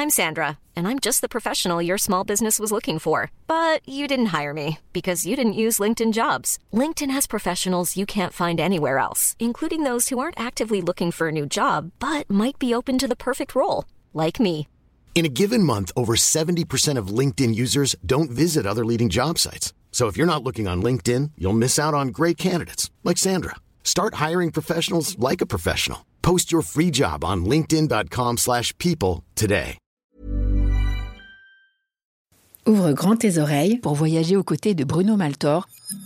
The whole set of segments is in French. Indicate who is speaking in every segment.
Speaker 1: I'm Sandra, and I'm just the professional your small business was looking for. But you didn't hire me because you didn't use LinkedIn Jobs. LinkedIn has professionals you can't find anywhere else, including those who aren't actively looking for a new job, but might be open to the perfect role, like me.
Speaker 2: In a given month, over 70% of LinkedIn users don't visit other leading job sites. So if you're not looking on LinkedIn, you'll miss out on great candidates like Sandra. Start hiring professionals like a professional. Post your free job on linkedin.com/people today.
Speaker 3: Ouvre grand tes oreilles pour voyager aux côtés de Bruno Maltor.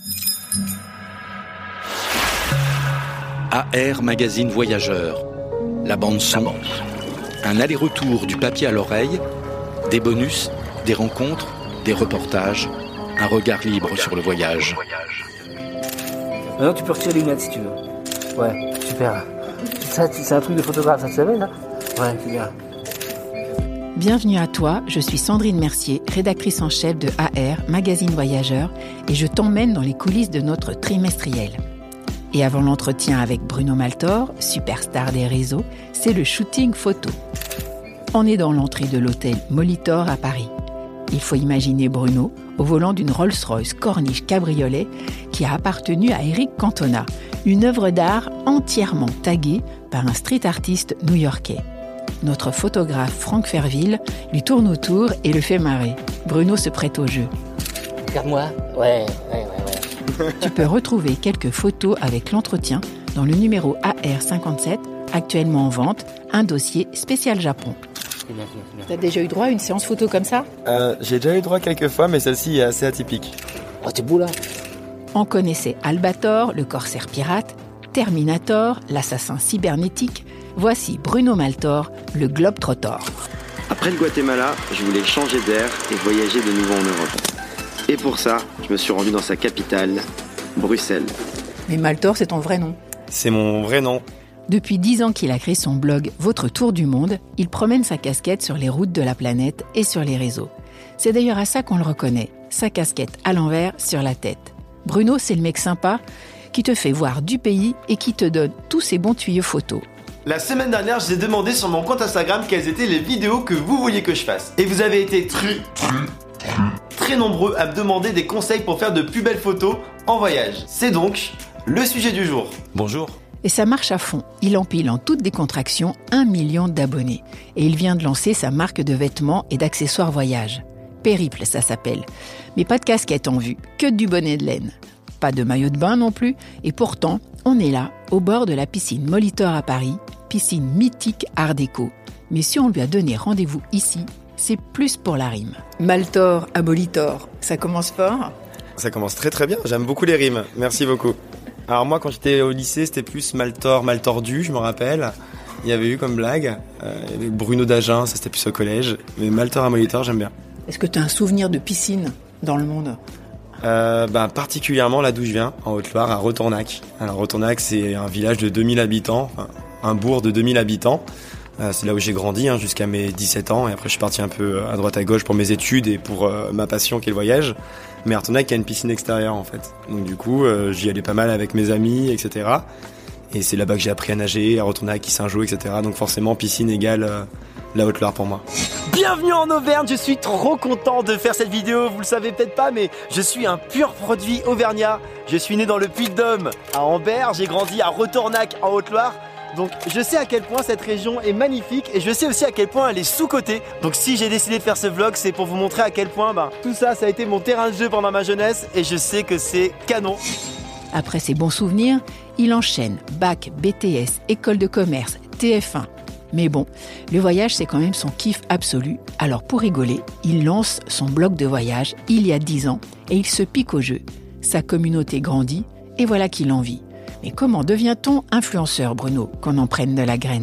Speaker 4: AR Magazine Voyageur. La bande son. Un aller-retour du papier à l'oreille, des bonus, des rencontres, des reportages, un regard libre sur le voyage.
Speaker 5: Maintenant tu peux retirer les lunettes si tu veux. Ouais, super. Ça, c'est un truc de photographe, ça tu savais là ? Ouais, c'est bien.
Speaker 3: Bienvenue à toi, je suis Sandrine Mercier, rédactrice en chef de AR Magazine Voyageur, et je t'emmène dans les coulisses de notre trimestriel. Et avant l'entretien avec Bruno Maltor, superstar des réseaux, c'est le shooting photo. On est dans l'entrée de l'hôtel Molitor à Paris. Il faut imaginer Bruno au volant d'une Rolls-Royce Corniche cabriolet qui a appartenu à Eric Cantona, une œuvre d'art entièrement taguée par un street artiste new-yorkais. Notre photographe Franck Ferville lui tourne autour et le fait marrer. Bruno se prête au jeu.
Speaker 5: Regarde-moi. Ouais.
Speaker 3: Tu peux retrouver quelques photos avec l'entretien dans le numéro AR57, actuellement en vente, un dossier spécial Japon. T'as déjà eu droit à une séance photo comme ça ?
Speaker 6: J'ai déjà eu droit quelques fois, mais celle-ci est assez atypique.
Speaker 5: Oh, t'es beau là.
Speaker 3: On connaissait Albator, le corsaire pirate, Terminator, l'assassin cybernétique. Voici Bruno Maltor, le globe-trotteur.
Speaker 7: Après le Guatemala, je voulais changer d'air et voyager de nouveau en Europe. Et pour ça, je me suis rendu dans sa capitale, Bruxelles.
Speaker 3: Mais Maltor, c'est ton vrai nom ?
Speaker 6: C'est mon vrai nom.
Speaker 3: Depuis 10 ans qu'il a créé son blog Votre Tour du Monde, il promène sa casquette sur les routes de la planète et sur les réseaux. C'est d'ailleurs à ça qu'on le reconnaît, sa casquette à l'envers sur la tête. Bruno, c'est le mec sympa qui te fait voir du pays et qui te donne tous ses bons tuyaux photos.
Speaker 8: La semaine dernière, je vous ai demandé sur mon compte Instagram quelles étaient les vidéos que vous vouliez que je fasse. Et vous avez été très nombreux à me demander des conseils pour faire de plus belles photos en voyage. C'est donc le sujet du jour.
Speaker 6: Bonjour.
Speaker 3: Et ça marche à fond. Il empile en toute décontraction 1 million d'abonnés. Et il vient de lancer sa marque de vêtements et d'accessoires voyage. Périple, ça s'appelle. Mais pas de casquette en vue, que du bonnet de laine. Pas de maillot de bain non plus. Et pourtant, on est là, au bord de la piscine Molitor à Paris, piscine mythique art déco. Mais si on lui a donné rendez-vous ici, c'est plus pour la rime. Maltor à Molitor, ça commence fort ?
Speaker 6: Ça commence très très bien, j'aime beaucoup les rimes, merci beaucoup. Alors moi quand j'étais au lycée c'était plus Maltor, Maltordu, je me rappelle. Il y avait eu comme blague, il y avait Bruno d'Agen, ça c'était plus au collège. Mais Maltor à Molitor j'aime bien.
Speaker 3: Est-ce que tu as un souvenir de piscine dans le monde ?
Speaker 6: Particulièrement là d'où je viens, en Haute-Loire, à Retournac. Alors Retournac c'est un village de 2000 habitants, enfin, un bourg de 2000 habitants. C'est là où j'ai grandi jusqu'à mes 17 ans et après je suis parti un peu à droite à gauche pour mes études et pour ma passion qui est le voyage. Mais à Retournac il y a une piscine extérieure en fait. Donc du coup j'y allais pas mal avec mes amis, etc. Et c'est là-bas que j'ai appris à nager, à Retournac, Saint-Jean, etc. Donc forcément piscine égale la Haute-Loire pour moi.
Speaker 8: Bienvenue en Auvergne, je suis trop content de faire cette vidéo, vous le savez peut-être pas mais je suis un pur produit auvergnat. Je suis né dans le Puy-de-Dôme à Ambert, j'ai grandi à Retournac en Haute-Loire. Donc je sais à quel point cette région est magnifique et je sais aussi à quel point elle est sous-cotée. Donc si j'ai décidé de faire ce vlog, c'est pour vous montrer à quel point tout ça a été mon terrain de jeu pendant ma jeunesse et je sais que c'est canon.
Speaker 3: Après ces bons souvenirs, il enchaîne bac, BTS, école de commerce, TF1. Mais bon, le voyage c'est quand même son kiff absolu. Alors pour rigoler, il lance son blog de voyage il y a 10 ans et il se pique au jeu. Sa communauté grandit et voilà qu'il en vit. Mais comment devient-on influenceur, Bruno, qu'on en prenne de la graine ?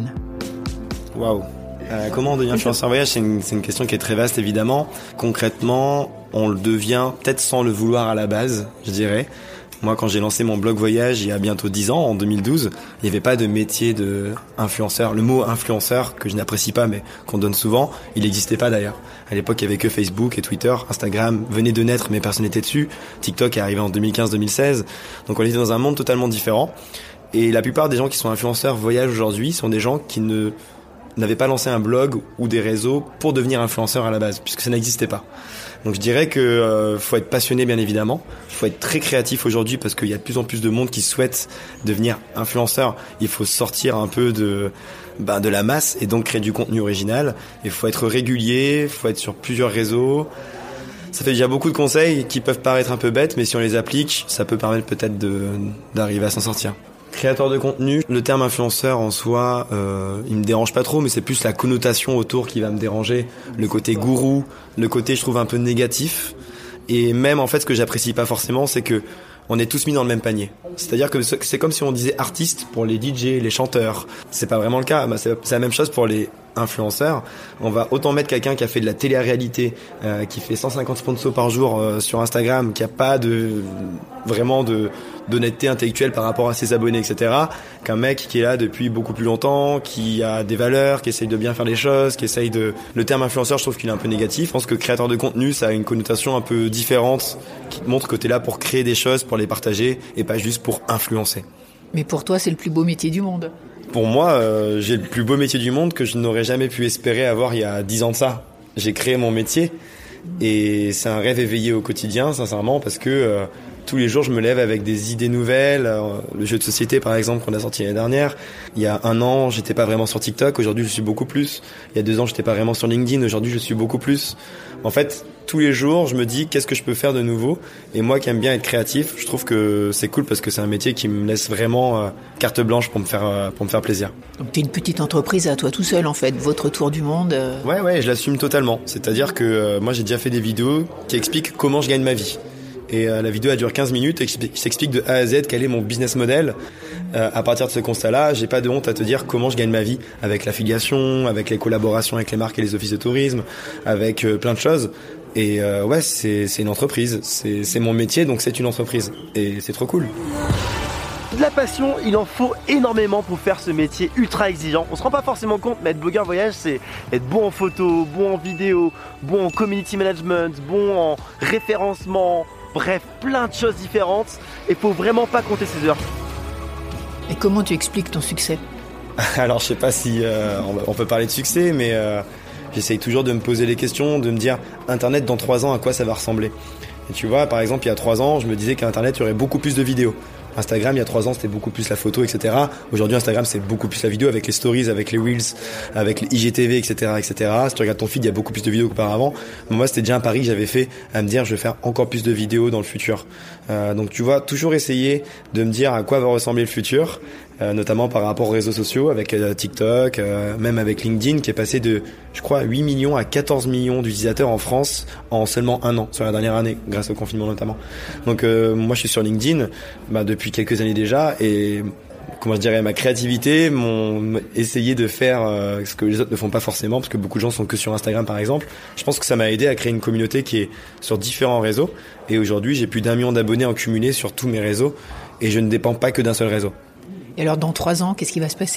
Speaker 6: Waouh. Comment on devient influenceur voyage, c'est une question qui est très vaste évidemment. Concrètement, on le devient peut-être sans le vouloir à la base, je dirais. Moi, quand j'ai lancé mon blog voyage il y a bientôt 10 ans, en 2012, il n'y avait pas de métier de influenceur. Le mot influenceur, que je n'apprécie pas, mais qu'on donne souvent, il n'existait pas d'ailleurs. À l'époque, il n'y avait que Facebook et Twitter. Instagram venait de naître, mais personne n'était dessus. TikTok est arrivé en 2015-2016. Donc on était dans un monde totalement différent. Et la plupart des gens qui sont influenceurs voyage aujourd'hui sont des gens qui ne n'avais pas lancé un blog ou des réseaux pour devenir influenceur à la base, puisque ça n'existait pas. Donc je dirais que faut être passionné bien évidemment, faut être très créatif aujourd'hui parce qu'il y a de plus en plus de monde qui souhaite devenir influenceur. Il faut sortir un peu de la masse et donc créer du contenu original. Il faut être régulier, faut être sur plusieurs réseaux. Ça fait déjà beaucoup de conseils qui peuvent paraître un peu bêtes, mais si on les applique, ça peut permettre peut-être d'arriver à s'en sortir. Créateur de contenu, le terme influenceur en soi, il me dérange pas trop, mais c'est plus la connotation autour qui va me déranger. Le côté gourou, le côté je trouve un peu négatif. Et même en fait ce que j'apprécie pas forcément, c'est que on est tous mis dans le même panier. C'est-à-dire que c'est comme si on disait artiste pour les DJ, les chanteurs. C'est pas vraiment le cas. C'est la même chose pour les influenceurs. On va autant mettre quelqu'un qui a fait de la télé-réalité, qui fait 150 sponsors par jour sur Instagram, qui a pas d'honnêteté intellectuelle par rapport à ses abonnés, etc., qu'un mec qui est là depuis beaucoup plus longtemps, qui a des valeurs, qui essaye de bien faire les choses, qui essaye de... Le terme influenceur, je trouve qu'il est un peu négatif. Je pense que créateur de contenu, ça a une connotation un peu différente, qui montre que t'es là pour créer des choses, pour les partager, et pas juste pour influencer.
Speaker 3: Mais pour toi, c'est le plus beau métier du monde.
Speaker 6: Pour moi, j'ai le plus beau métier du monde que je n'aurais jamais pu espérer avoir il y a 10 ans de ça. J'ai créé mon métier et c'est un rêve éveillé au quotidien, sincèrement, parce que tous les jours, je me lève avec des idées nouvelles. Le jeu de société, par exemple, qu'on a sorti l'année dernière. Il y a 1 an, j'étais pas vraiment sur TikTok. Aujourd'hui, je suis beaucoup plus. Il y a 2 ans, j'étais pas vraiment sur LinkedIn. Aujourd'hui, je suis beaucoup plus. En fait, tous les jours, je me dis qu'est-ce que je peux faire de nouveau. Et moi, qui aime bien être créatif, je trouve que c'est cool parce que c'est un métier qui me laisse vraiment carte blanche pour me faire plaisir.
Speaker 3: Donc, t'es une petite entreprise à toi tout seul, en fait. Votre tour du monde.
Speaker 6: Ouais, je l'assume totalement. C'est-à-dire que moi, j'ai déjà fait des vidéos qui expliquent comment je gagne ma vie. Et la vidéo elle dure 15 minutes et je t'explique de A à Z quel est mon business model. À partir de ce constat-là, j'ai pas de honte à te dire comment je gagne ma vie avec l'affiliation, avec les collaborations avec les marques et les offices de tourisme, avec plein de choses. Et ouais, c'est une entreprise, c'est mon métier, donc c'est une entreprise. Et c'est trop cool.
Speaker 8: De la passion, il en faut énormément pour faire ce métier ultra exigeant. On se rend pas forcément compte, mais être blogueur voyage, c'est être bon en photo, bon en vidéo, bon en community management, bon en référencement, bref, plein de choses différentes. Et faut vraiment pas compter ses heures.
Speaker 3: Et comment tu expliques ton succès ?
Speaker 6: Alors je sais pas si on peut parler de succès, mais j'essaye toujours de me poser les questions, de me dire Internet dans 3 ans, à quoi ça va ressembler ? Et tu vois, par exemple, il y a 3 ans, je me disais qu'Internet, il y aurait beaucoup plus de vidéos. Instagram, il y a 3 ans, c'était beaucoup plus la photo, etc. Aujourd'hui, Instagram, c'est beaucoup plus la vidéo avec les stories, avec les Reels, avec les IGTV, etc., etc. Si tu regardes ton feed, il y a beaucoup plus de vidéos qu'auparavant. Moi, c'était déjà un pari que j'avais fait à me dire, je vais faire encore plus de vidéos dans le futur. Donc, tu vois, toujours essayer de me dire à quoi va ressembler le futur, notamment par rapport aux réseaux sociaux, avec TikTok, même avec LinkedIn, qui est passé de, je crois, 8 millions à 14 millions d'utilisateurs en France en seulement 1 an, sur la dernière année, grâce au confinement notamment. Donc, moi, je suis sur LinkedIn, depuis quelques années déjà, et comment je dirais, ma créativité m'ont essayé de faire ce que les autres ne font pas forcément, parce que beaucoup de gens sont que sur Instagram par exemple. Je pense que ça m'a aidé à créer une communauté qui est sur différents réseaux, et aujourd'hui j'ai plus d'1 million d'abonnés en cumulé sur tous mes réseaux, et je ne dépends pas que d'un seul réseau.
Speaker 3: Et alors dans 3 ans, qu'est-ce qui va se passer ?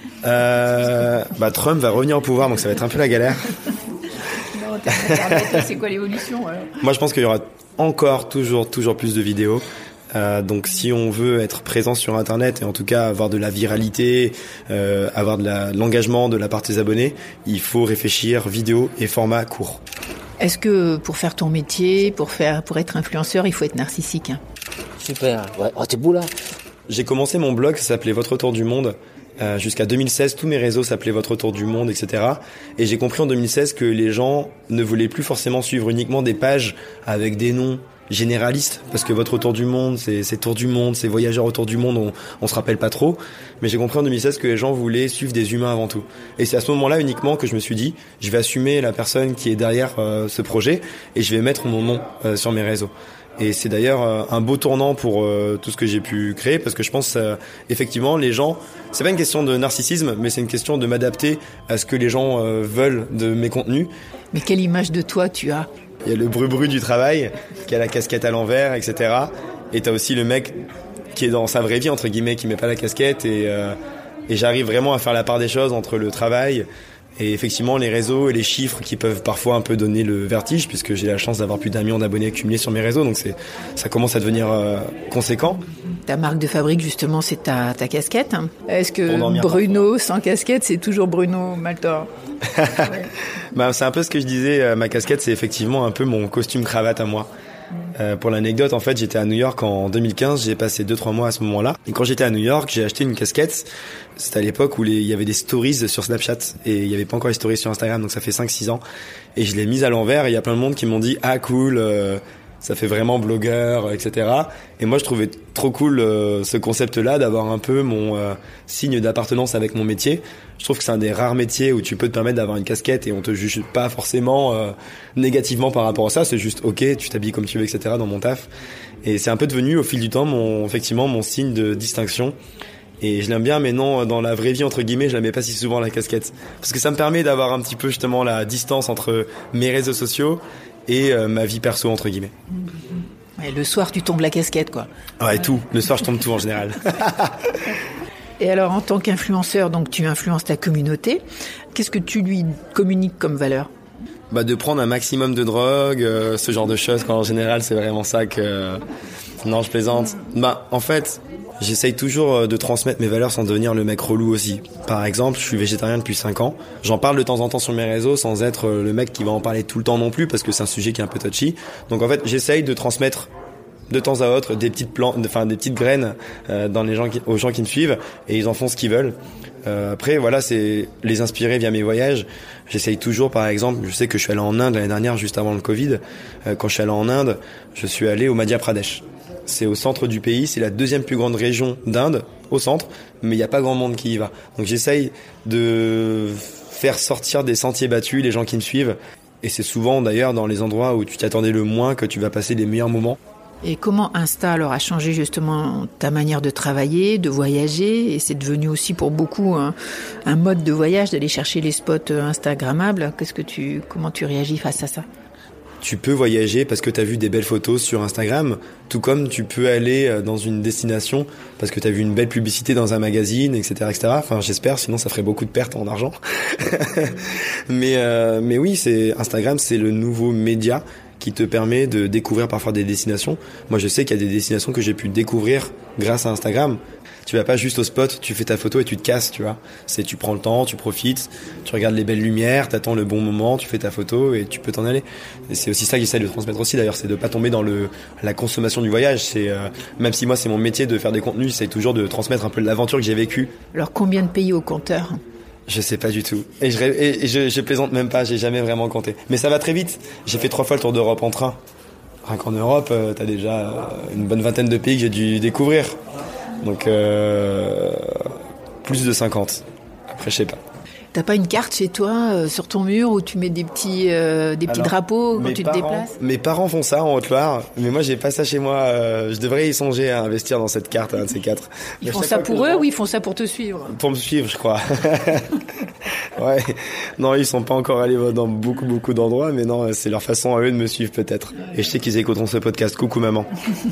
Speaker 6: Trump va revenir au pouvoir, donc ça va être un peu la galère.
Speaker 3: Non, c'est quoi l'évolution alors ?
Speaker 6: Moi je pense qu'il y aura encore toujours plus de vidéos. Donc si on veut être présent sur Internet et en tout cas avoir de la viralité, avoir de l'engagement de la part de ses abonnés, il faut réfléchir vidéo et format court.
Speaker 3: Est-ce que pour faire ton métier, pour être influenceur, il faut être narcissique ?
Speaker 5: Super, ouais. Oh, t'es beau là.
Speaker 6: J'ai commencé mon blog, ça s'appelait Votre Tour du Monde. Jusqu'à 2016, tous mes réseaux s'appelaient Votre Tour du Monde, etc. Et j'ai compris en 2016 que les gens ne voulaient plus forcément suivre uniquement des pages avec des noms généralistes, parce que Votre Tour du Monde, c'est Tour du Monde, c'est Voyageurs autour du monde, on se rappelle pas trop. Mais j'ai compris en 2016 que les gens voulaient suivre des humains avant tout. Et c'est à ce moment-là uniquement que je me suis dit, je vais assumer la personne qui est derrière ce projet et je vais mettre mon nom sur mes réseaux. Et c'est d'ailleurs un beau tournant pour tout ce que j'ai pu créer, parce que je pense effectivement les gens, c'est pas une question de narcissisme, mais c'est une question de m'adapter à ce que les gens veulent de mes contenus.
Speaker 3: Mais quelle image de toi tu as ?
Speaker 6: Il y a le bru-bru du travail, qui a la casquette à l'envers, etc. Et t'as aussi le mec qui est dans sa vraie vie, entre guillemets, qui met pas la casquette. Et j'arrive vraiment à faire la part des choses entre le travail Et effectivement, les réseaux et les chiffres qui peuvent parfois un peu donner le vertige, puisque j'ai la chance d'avoir plus d'1 million d'abonnés accumulés sur mes réseaux, donc ça commence à devenir conséquent.
Speaker 3: Ta marque de fabrique, justement, c'est ta casquette. Est-ce que
Speaker 6: Bruno
Speaker 3: sans casquette, c'est toujours Bruno Maltor?
Speaker 6: Bah, c'est un peu ce que je disais, ma casquette, c'est effectivement un peu mon costume cravate à moi. Pour l'anecdote, en fait, j'étais à New York en 2015, j'ai passé 2-3 mois à ce moment-là. Et quand j'étais à New York, j'ai acheté une casquette. C'était à l'époque où il y avait des stories sur Snapchat et il y avait pas encore les stories sur Instagram, donc ça fait 5-6 ans. Et je l'ai mise à l'envers et il y a plein de monde qui m'ont dit « Ah cool, ça fait vraiment blogueur, etc. » Et moi, je trouvais trop cool ce concept-là, d'avoir un peu mon signe d'appartenance avec mon métier. Je trouve que c'est un des rares métiers où tu peux te permettre d'avoir une casquette et on te juge pas forcément négativement par rapport à ça. C'est juste ok, tu t'habilles comme tu veux, etc. dans mon taf. Et c'est un peu devenu au fil du temps effectivement mon signe de distinction. Et je l'aime bien, mais non, dans la vraie vie, entre guillemets, je la mets pas si souvent, la casquette. Parce que ça me permet d'avoir un petit peu justement la distance entre mes réseaux sociaux et ma vie perso, entre guillemets.
Speaker 3: Et le soir, tu tombes la casquette, quoi.
Speaker 6: Ouais, tout. Le soir, je tombe tout en général.
Speaker 3: Et alors, en tant qu'influenceur, donc tu influences ta communauté. Qu'est-ce que tu lui communiques comme valeur?
Speaker 6: Bah, de prendre un maximum de drogue, ce genre de choses, quand en général, c'est vraiment ça que... Non, je plaisante. Bah, en fait, j'essaye toujours de transmettre mes valeurs sans devenir le mec relou aussi. Par exemple, je suis végétarien depuis 5 ans. J'en parle de temps en temps sur mes réseaux sans être le mec qui va en parler tout le temps non plus parce que c'est un sujet qui est un peu touchy. Donc en fait, j'essaye de transmettre de temps à autre des petites des petites graines aux gens qui me suivent et ils en font ce qu'ils veulent. Après, voilà, c'est les inspirer via mes voyages. J'essaye toujours, par exemple, je sais que je suis allé en Inde l'année dernière, juste avant le Covid. Quand je suis allé en Inde, je suis allé au Madhya Pradesh. C'est au centre du pays, c'est la 2e plus grande région d'Inde, au centre, mais il n'y a pas grand monde qui y va. Donc j'essaye de faire sortir des sentiers battus les gens qui me suivent. Et c'est souvent d'ailleurs dans les endroits où tu t'attendais le moins que tu vas passer les meilleurs moments.
Speaker 3: Et comment Insta alors a changé justement ta manière de travailler, de voyager, et c'est devenu aussi pour beaucoup un mode de voyage d'aller chercher les spots instagrammables. Comment tu réagis face à ça?
Speaker 6: Tu peux voyager parce que tu as vu des belles photos sur Instagram, tout comme tu peux aller dans une destination parce que tu as vu une belle publicité dans un magazine, etc., etc. Enfin, j'espère, sinon ça ferait beaucoup de pertes en argent. mais oui, Instagram, c'est le nouveau média qui te permet de découvrir parfois des destinations. Moi, je sais qu'il y a des destinations que j'ai pu découvrir grâce à Instagram. Tu vas pas juste au spot, tu fais ta photo et tu te casses, tu vois. Tu prends le temps, tu profites, tu regardes les belles lumières, t'attends le bon moment, tu fais ta photo et tu peux t'en aller. Et c'est aussi ça que j'essaie de transmettre aussi d'ailleurs, c'est de pas tomber dans la consommation du voyage. Même si moi c'est mon métier de faire des contenus, j'essaie toujours de transmettre un peu de l'aventure que j'ai vécue.
Speaker 3: Alors combien de pays au compteur?
Speaker 6: Je sais pas du tout. Et je plaisante même pas, j'ai jamais vraiment compté. Mais ça va très vite. J'ai fait 3 fois le tour d'Europe en train. Rien qu'en Europe, t'as déjà une bonne vingtaine de pays que j'ai dû découvrir. Donc plus de 50. Après, je sais pas.
Speaker 3: T'as pas une carte chez toi sur ton mur où tu mets des petits drapeaux quand tu te déplaces?
Speaker 6: Mes parents font ça en Haute-Loire, mais moi j'ai pas ça chez moi. Je devrais y songer à investir dans cette carte, un de ces 4.
Speaker 3: Ils font ça pour eux ou ils font ça pour te suivre?
Speaker 6: Pour me suivre, je crois. Ouais. Non, ils sont pas encore allés dans beaucoup d'endroits, mais non, c'est leur façon à eux de me suivre peut-être. Et je sais qu'ils écouteront ce podcast. Coucou maman.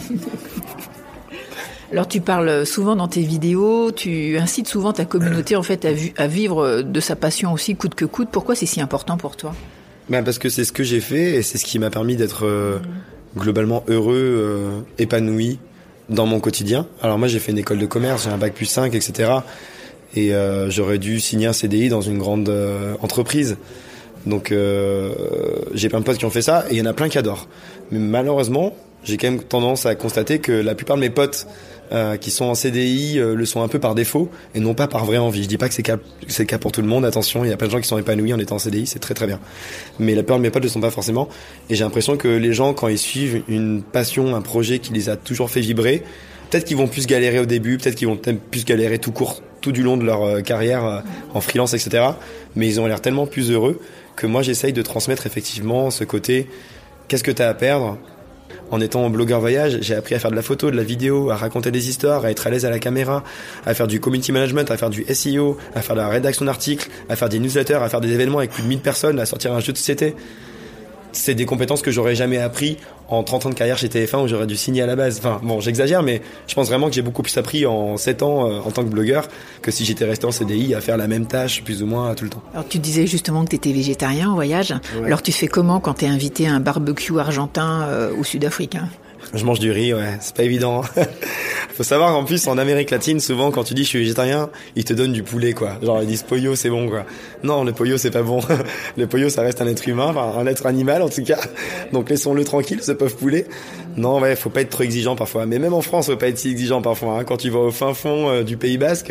Speaker 3: Alors tu parles souvent dans tes vidéos, tu incites souvent ta communauté en fait à vivre de sa passion aussi coûte que coûte. Pourquoi c'est si important pour toi?
Speaker 6: Parce que c'est ce que j'ai fait et c'est ce qui m'a permis d'être globalement heureux, épanoui dans mon quotidien. Alors moi j'ai fait une école de commerce, j'ai un bac plus 5, etc. Et j'aurais dû signer un CDI dans une grande entreprise. Donc j'ai plein de potes qui ont fait ça et il y en a plein qui adorent. Mais malheureusement, j'ai quand même tendance à constater que la plupart de mes potes qui sont en CDI le sont un peu par défaut et non pas par vraie envie. Je dis pas que c'est le cas pour tout le monde, attention, il y a plein de gens qui sont épanouis en étant en CDI, c'est très très bien. Mais la plupart de mes potes ne le sont pas forcément et j'ai l'impression que les gens, quand ils suivent une passion, un projet qui les a toujours fait vibrer, peut-être qu'ils vont plus galérer au début, peut-être qu'ils vont plus galérer tout court, tout du long de leur carrière en freelance, etc. Mais ils ont l'air tellement plus heureux que moi j'essaye de transmettre effectivement ce côté qu'est-ce que t'as à perdre. En étant blogueur voyage, j'ai appris à faire de la photo, de la vidéo, à raconter des histoires, à être à l'aise à la caméra, à faire du community management, à faire du SEO, à faire de la rédaction d'articles, à faire des newsletters, à faire des événements avec plus de 1000 personnes, à sortir un jeu de société. c'est des compétences que j'aurais jamais appris en 30 ans de carrière chez TF1 où j'aurais dû signer à la base. Enfin, bon, j'exagère, mais je pense vraiment que j'ai beaucoup plus appris en 7 ans en tant que blogueur que si j'étais resté en CDI à faire la même tâche plus ou moins tout le temps.
Speaker 3: Alors tu disais justement que tu étais végétarien en voyage.
Speaker 6: Ouais.
Speaker 3: Alors tu fais comment quand tu es invité à un barbecue argentin ou sud-africain ?
Speaker 6: Je mange du riz, ouais, c'est pas évident. Faut savoir qu'en plus, en Amérique latine, souvent, quand tu dis je suis végétarien, ils te donnent du poulet, quoi. Genre, ils disent pollo, c'est bon, quoi. Non, le pollo, c'est pas bon. Le pollo, ça reste un être humain, enfin, un être animal, en tout cas. Donc, laissons-le tranquille, ce pauvre poulet. Non, ouais, faut pas être trop exigeant parfois. Mais même en France, faut pas être si exigeant parfois, hein. Quand tu vas au fin fond du Pays Basque,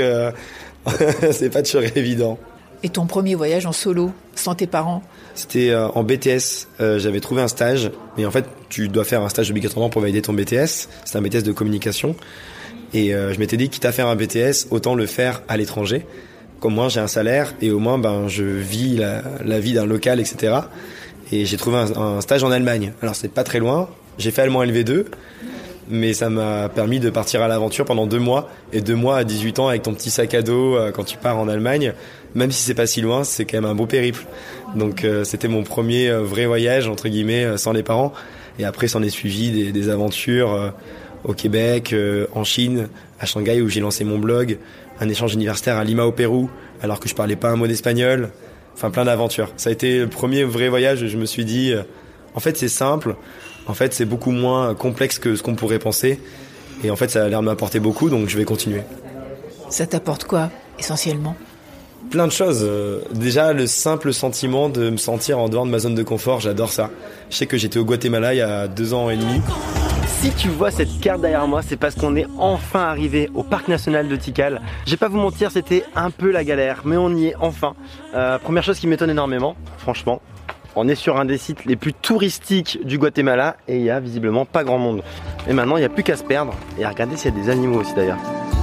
Speaker 6: c'est pas toujours évident.
Speaker 3: Et ton premier voyage en solo, sans tes parents ?
Speaker 6: C'était en BTS, j'avais trouvé un stage, mais en fait tu dois faire un stage obligatoirement pour valider ton BTS, c'est un BTS de communication, et je m'étais dit quitte à faire un BTS, autant le faire à l'étranger, comme moi j'ai un salaire, et au moins je vis la vie d'un local, etc. Et j'ai trouvé un stage en Allemagne, alors c'est pas très loin, j'ai fait allemand LV2, mais ça m'a permis de partir à l'aventure pendant 2 mois, et 2 mois à 18 ans avec ton petit sac à dos quand tu pars en Allemagne, même si c'est pas si loin, c'est quand même un beau périple. Donc c'était mon premier vrai voyage entre guillemets sans les parents, et après s'en est suivi des aventures au Québec, en Chine, à Shanghai où j'ai lancé mon blog, un échange universitaire à Lima au Pérou alors que je parlais pas un mot d'espagnol, enfin plein d'aventures. Ça a été le premier vrai voyage où je me suis dit en fait c'est simple, en fait c'est beaucoup moins complexe que ce qu'on pourrait penser, et en fait ça a l'air de m'apporter beaucoup, donc je vais continuer.
Speaker 3: Ça t'apporte quoi essentiellement ?
Speaker 6: Plein de choses. Déjà, le simple sentiment de me sentir en dehors de ma zone de confort, j'adore ça. Je sais que j'étais au Guatemala il y a 2 ans et demi.
Speaker 8: Si tu vois cette carte derrière moi, c'est parce qu'on est enfin arrivé au parc national de Tikal. Je vais pas vous mentir, c'était un peu la galère, mais on y est enfin. Première chose qui m'étonne énormément, franchement, on est sur un des sites les plus touristiques du Guatemala et il y a visiblement pas grand monde. Et maintenant, il n'y a plus qu'à se perdre et à regarder s'il y a des animaux aussi d'ailleurs.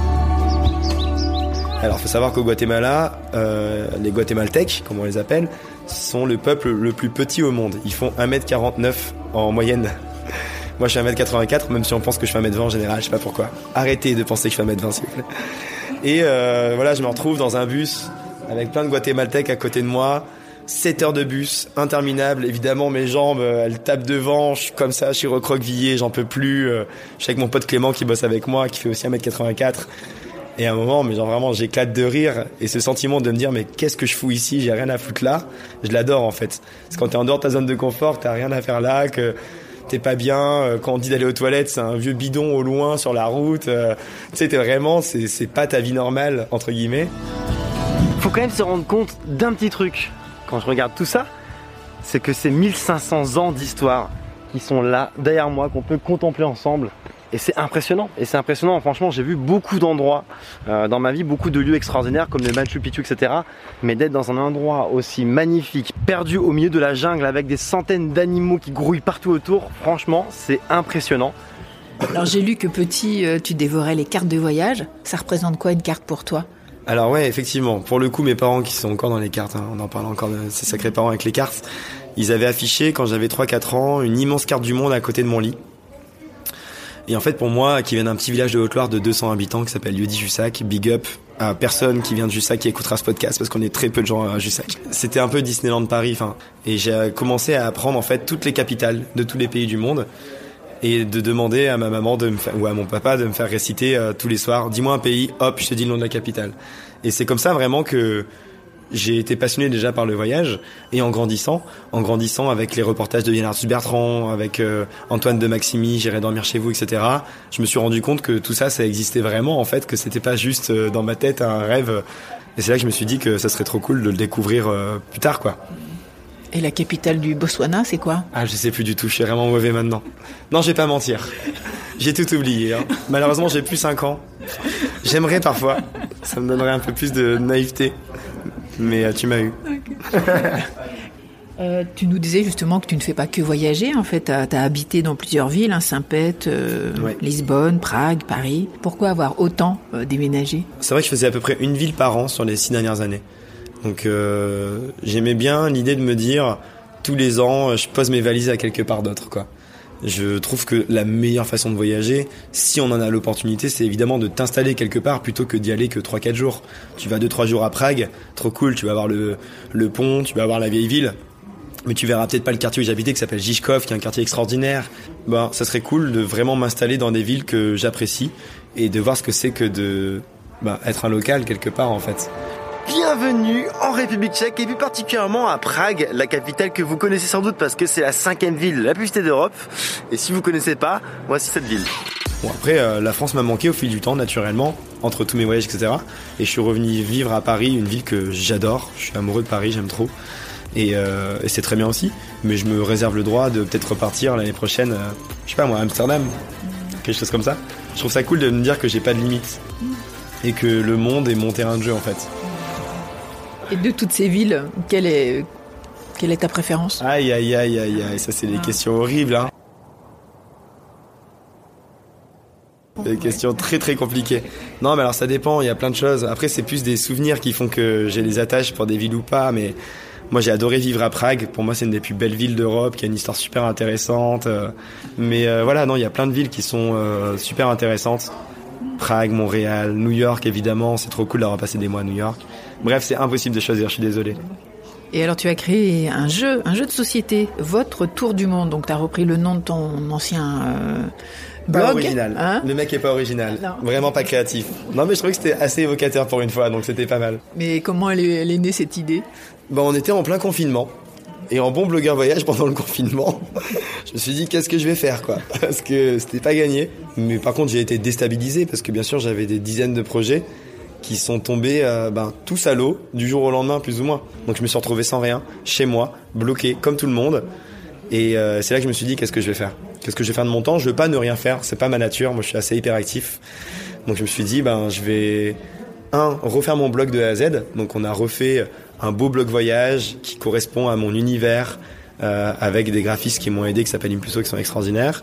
Speaker 6: Alors, faut savoir qu'au Guatemala, les Guatémaltèques, comme on les appelle, sont le peuple le plus petit au monde. Ils font 1m49 en moyenne. Moi, je fais 1m84, même si on pense que je fais 1m20 en général, je sais pas pourquoi. Arrêtez de penser que je fais 1m20, s'il vous plaît. Et voilà, je me retrouve dans un bus avec plein de Guatémaltèques à côté de moi. 7 heures de bus, interminable. Évidemment, mes jambes, elles tapent devant. Je suis comme ça, je suis recroquevillé, j'en peux plus. Je suis avec mon pote Clément qui bosse avec moi, qui fait aussi 1m84. Et à un moment, mais genre vraiment, j'éclate de rire. Et ce sentiment de me dire, mais qu'est-ce que je fous ici? J'ai rien à foutre là. Je l'adore, en fait. Parce que quand t'es en dehors de ta zone de confort, t'as rien à faire là, que t'es pas bien. Quand on dit d'aller aux toilettes, c'est un vieux bidon au loin sur la route. Tu sais, t'es vraiment, c'est pas ta vie normale, entre guillemets.
Speaker 8: Faut quand même se rendre compte d'un petit truc. Quand je regarde tout ça, c'est que c'est 1500 ans d'histoire qui sont là, derrière moi, qu'on peut contempler ensemble. Et c'est impressionnant. Et c'est impressionnant. Franchement, j'ai vu beaucoup d'endroits dans ma vie, beaucoup de lieux extraordinaires comme le Machu Picchu, etc. Mais d'être dans un endroit aussi magnifique, perdu au milieu de la jungle avec des centaines d'animaux qui grouillent partout autour, franchement, c'est impressionnant.
Speaker 3: Alors j'ai lu que petit, tu dévorais les cartes de voyage. Ça représente quoi une carte pour toi ?
Speaker 6: Alors ouais, effectivement. Pour le coup, mes parents qui sont encore dans les cartes, on en parle encore de ces sacrés parents avec les cartes, ils avaient affiché quand j'avais 3-4 ans une immense carte du monde à côté de mon lit. Et en fait, pour moi, qui vient d'un petit village de Haute-Loire de 200 habitants qui s'appelle Lieu-dit-Jussac, big up à personne qui vient de Jussac qui écoutera ce podcast parce qu'on est très peu de gens à Jussac. C'était un peu Disneyland Paris, et j'ai commencé à apprendre en fait toutes les capitales de tous les pays du monde et de demander à ma maman ou à mon papa de me faire réciter tous les soirs, dis-moi un pays, hop, je te dis le nom de la capitale. Et c'est comme ça vraiment que j'ai été passionné déjà par le voyage, et en grandissant avec les reportages de Yann Arthus Bertrand, avec Antoine de Maximi, J'irai dormir chez vous, etc. Je me suis rendu compte que tout ça, ça existait vraiment, en fait, que c'était pas juste dans ma tête un rêve. Et c'est là que je me suis dit que ça serait trop cool de le découvrir plus tard, quoi.
Speaker 3: Et la capitale du Botswana, c'est quoi ?
Speaker 6: Ah, je sais plus du tout, je suis vraiment mauvais maintenant. Non, je vais pas mentir. J'ai tout oublié, hein. Malheureusement, j'ai plus 5 ans. J'aimerais parfois. Ça me donnerait un peu plus de naïveté. Mais tu m'as eu.
Speaker 3: Tu nous disais justement que tu ne fais pas que voyager. En fait, t'as habité dans plusieurs villes, hein, Saint-Pète, ouais. Lisbonne, Prague, Paris. Pourquoi avoir autant déménagé ?
Speaker 6: C'est vrai que je faisais à peu près une ville par an sur les 6 dernières années. Donc j'aimais bien l'idée de me dire, tous les ans, je pose mes valises à quelque part d'autre, quoi. Je trouve que la meilleure façon de voyager, si on en a l'opportunité, c'est évidemment de t'installer quelque part plutôt que d'y aller que 3-4 jours. Tu vas 2-3 jours à Prague, trop cool, tu vas voir le pont, tu vas voir la vieille ville. mais tu verras peut-être pas le quartier où j'habitais qui s'appelle Žižkov, qui est un quartier extraordinaire. Ça serait cool de vraiment m'installer dans des villes que j'apprécie et de voir ce que c'est que de être un local quelque part en fait.
Speaker 8: Bienvenue en République tchèque et plus particulièrement à Prague, la capitale que vous connaissez sans doute parce que c'est la 5e ville la plus visitée d'Europe. Et si vous connaissez pas, voici cette ville.
Speaker 6: Bon après, la France m'a manqué au fil du temps naturellement, entre tous mes voyages etc. Et je suis revenu vivre à Paris, une ville que j'adore. Je suis amoureux de Paris, j'aime trop. Et c'est très bien aussi. Mais je me réserve le droit de peut-être repartir l'année prochaine, je sais pas moi, à Amsterdam, quelque chose comme ça. Je trouve ça cool de me dire que j'ai pas de limite et que le monde est mon terrain de jeu en fait.
Speaker 3: Et de toutes ces villes, quelle est ta préférence ?
Speaker 6: Aïe, ça c'est des questions horribles, hein. Des questions très très compliquées. Non mais alors ça dépend, il y a plein de choses. Après c'est plus des souvenirs qui font que j'ai des attaches pour des villes ou pas, mais moi j'ai adoré vivre à Prague. Pour moi c'est une des plus belles villes d'Europe, qui a une histoire super intéressante. Mais voilà, non, il y a plein de villes qui sont super intéressantes. Prague, Montréal, New York évidemment, c'est trop cool d'avoir passé des mois à New York. Bref, c'est impossible de choisir, je suis désolé.
Speaker 3: Et alors tu as créé un jeu de société, Votre Tour du Monde. Donc tu as repris le nom de ton ancien blog.
Speaker 6: Pas original, hein ? Le mec est pas original, non. Vraiment pas créatif. Non mais je trouvais que c'était assez évocateur pour une fois, donc c'était pas mal.
Speaker 3: Mais comment elle est née cette idée ?
Speaker 6: On était en plein confinement. Et en bon blogueur voyage pendant le confinement, je me suis dit qu'est-ce que je vais faire quoi, parce que c'était pas gagné. Mais par contre j'ai été déstabilisé parce que bien sûr j'avais des dizaines de projets qui sont tombés tous à l'eau du jour au lendemain plus ou moins. Donc je me suis retrouvé sans rien, chez moi, bloqué comme tout le monde. Et c'est là que je me suis dit qu'est-ce que je vais faire ? Qu'est-ce que je vais faire de mon temps ? Je veux pas ne rien faire, c'est pas ma nature, moi je suis assez hyperactif. Donc je me suis dit je vais refaire mon blog de A à Z. Donc on a refait un beau blog voyage qui correspond à mon univers avec des graphistes qui m'ont aidé qui s'appellent Impulso qui sont extraordinaires.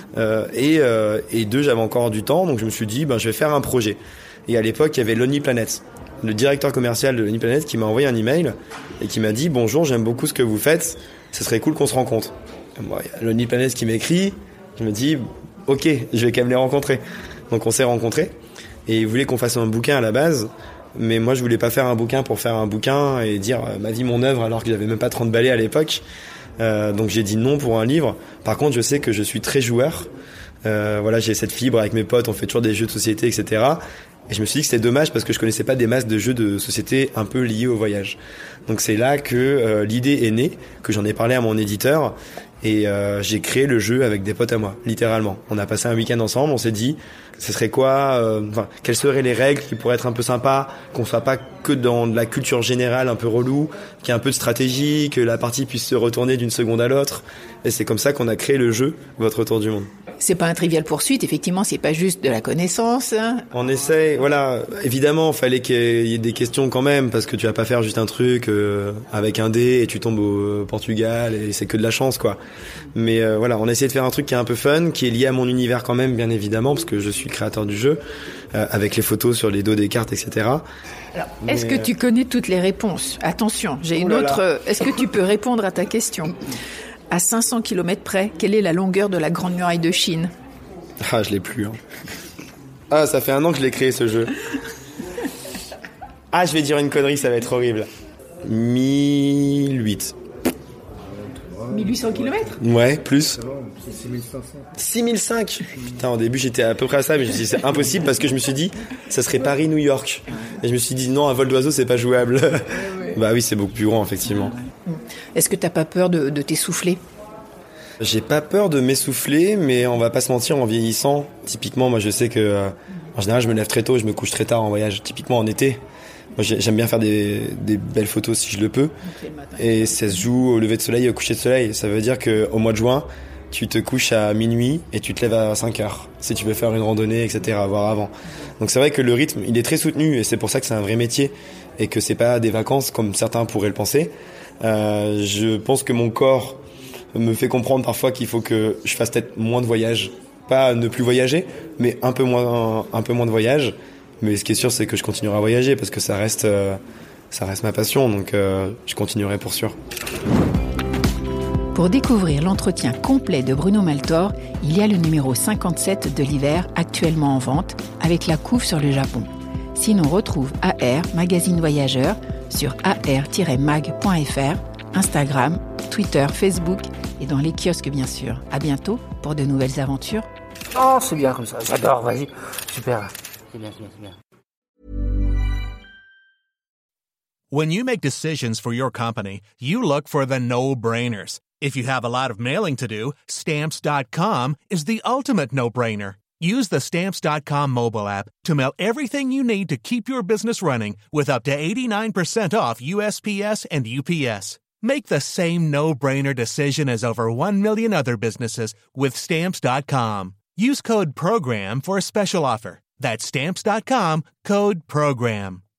Speaker 6: Et deux, j'avais encore du temps, donc je me suis dit je vais faire un projet. Et à l'époque, il y avait Lonely Planet, le directeur commercial de Lonely Planet qui m'a envoyé un email et qui m'a dit « Bonjour, j'aime beaucoup ce que vous faites, ce serait cool qu'on se rencontre. » Moi, il y a Lonely Planet qui m'écrit, je me dis « Ok, je vais quand même les rencontrer. » Donc on s'est rencontrés et il voulait qu'on fasse un bouquin à la base, mais moi je voulais pas faire un bouquin pour faire un bouquin et dire ma vie, mon œuvre alors que j'avais même pas 30 balais à l'époque. Donc j'ai dit non pour un livre. Par contre, je sais que je suis très joueur. J'ai cette fibre avec mes potes, on fait toujours des jeux de société, etc. Et je me suis dit que c'était dommage parce que je connaissais pas des masses de jeux de société un peu liés au voyage. Donc c'est là que l'idée est née, que j'en ai parlé à mon éditeur et j'ai créé le jeu avec des potes à moi, littéralement. On a passé un week-end ensemble, on s'est dit ce serait quoi, quelles seraient les règles qui pourraient être un peu sympas, qu'on soit pas que dans de la culture générale un peu relou, qu'il y ait un peu de stratégie, que la partie puisse se retourner d'une seconde à l'autre. Et c'est comme ça qu'on a créé le jeu Votre Tour du Monde.
Speaker 3: C'est pas un trivial poursuite, effectivement, c'est pas juste de la connaissance.
Speaker 6: On essaie, évidemment, fallait qu'il y ait des questions quand même, parce que tu vas pas faire juste un truc avec un dé et tu tombes au Portugal et c'est que de la chance, quoi. Mais on a essayé de faire un truc qui est un peu fun, qui est lié à mon univers quand même, bien évidemment, parce que je suis le créateur du jeu, avec les photos sur les dos des cartes, etc.
Speaker 3: Alors, est-ce que tu connais toutes les réponses ? Attention, j'ai une autre. Est-ce que tu peux répondre à ta question ? À 500 km près, quelle est la longueur de la Grande Muraille de Chine ?
Speaker 6: Ah, je l'ai plus. Ça fait 1 an que je l'ai créé ce jeu. Je vais dire une connerie, ça va être horrible. 1008.
Speaker 3: 1800 km ?
Speaker 6: Ouais, plus.
Speaker 9: C'est 6500.
Speaker 6: 6005 Putain, au début j'étais à peu près à ça, mais je me suis dit c'est impossible parce que je me suis dit ça serait Paris-New York. Et je me suis dit non, un vol d'oiseau c'est pas jouable. Bah oui, c'est beaucoup plus grand effectivement.
Speaker 3: Est-ce que t'as pas peur de t'essouffler ?
Speaker 6: J'ai pas peur de m'essouffler, mais on va pas se mentir, en vieillissant, typiquement moi je sais que en général je me lève très tôt, je me couche très tard en voyage, typiquement en été. Moi, j'aime bien faire des belles photos si je le peux. Et ça se joue au lever de soleil et au coucher de soleil. Ça veut dire qu'au mois de juin, tu te couches à minuit et tu te lèves à 5 heures. Si tu veux faire une randonnée, etc., voire avant. Donc c'est vrai que le rythme, il est très soutenu et c'est pour ça que c'est un vrai métier. Et que c'est pas des vacances comme certains pourraient le penser. Je pense que mon corps me fait comprendre parfois qu'il faut que je fasse peut-être moins de voyages. Pas ne plus voyager, mais un peu moins de voyages. Mais ce qui est sûr, c'est que je continuerai à voyager parce que ça reste ma passion, donc je continuerai pour sûr.
Speaker 3: Pour découvrir l'entretien complet de Bruno Maltor, il y a le numéro 57 de l'hiver actuellement en vente avec la couve sur le Japon. Sinon, retrouve AR, magazine voyageur, sur ar-mag.fr, Instagram Twitter, Facebook et dans les kiosques bien sûr. À bientôt pour de nouvelles aventures.
Speaker 5: Oh, c'est bien comme ça. J'adore, vas-y. Super. C'est bien.
Speaker 9: When you make decisions for your company, you look for the no-brainers. If you have a lot of mailing to do, Stamps.com is the ultimate no-brainer. Use the Stamps.com mobile app to mail everything you need to keep your business running with up to 89% off USPS and UPS. Make the same no-brainer decision as over 1 million other businesses with Stamps.com. Use code PROGRAM for a special offer. That's Stamps.com, code PROGRAM.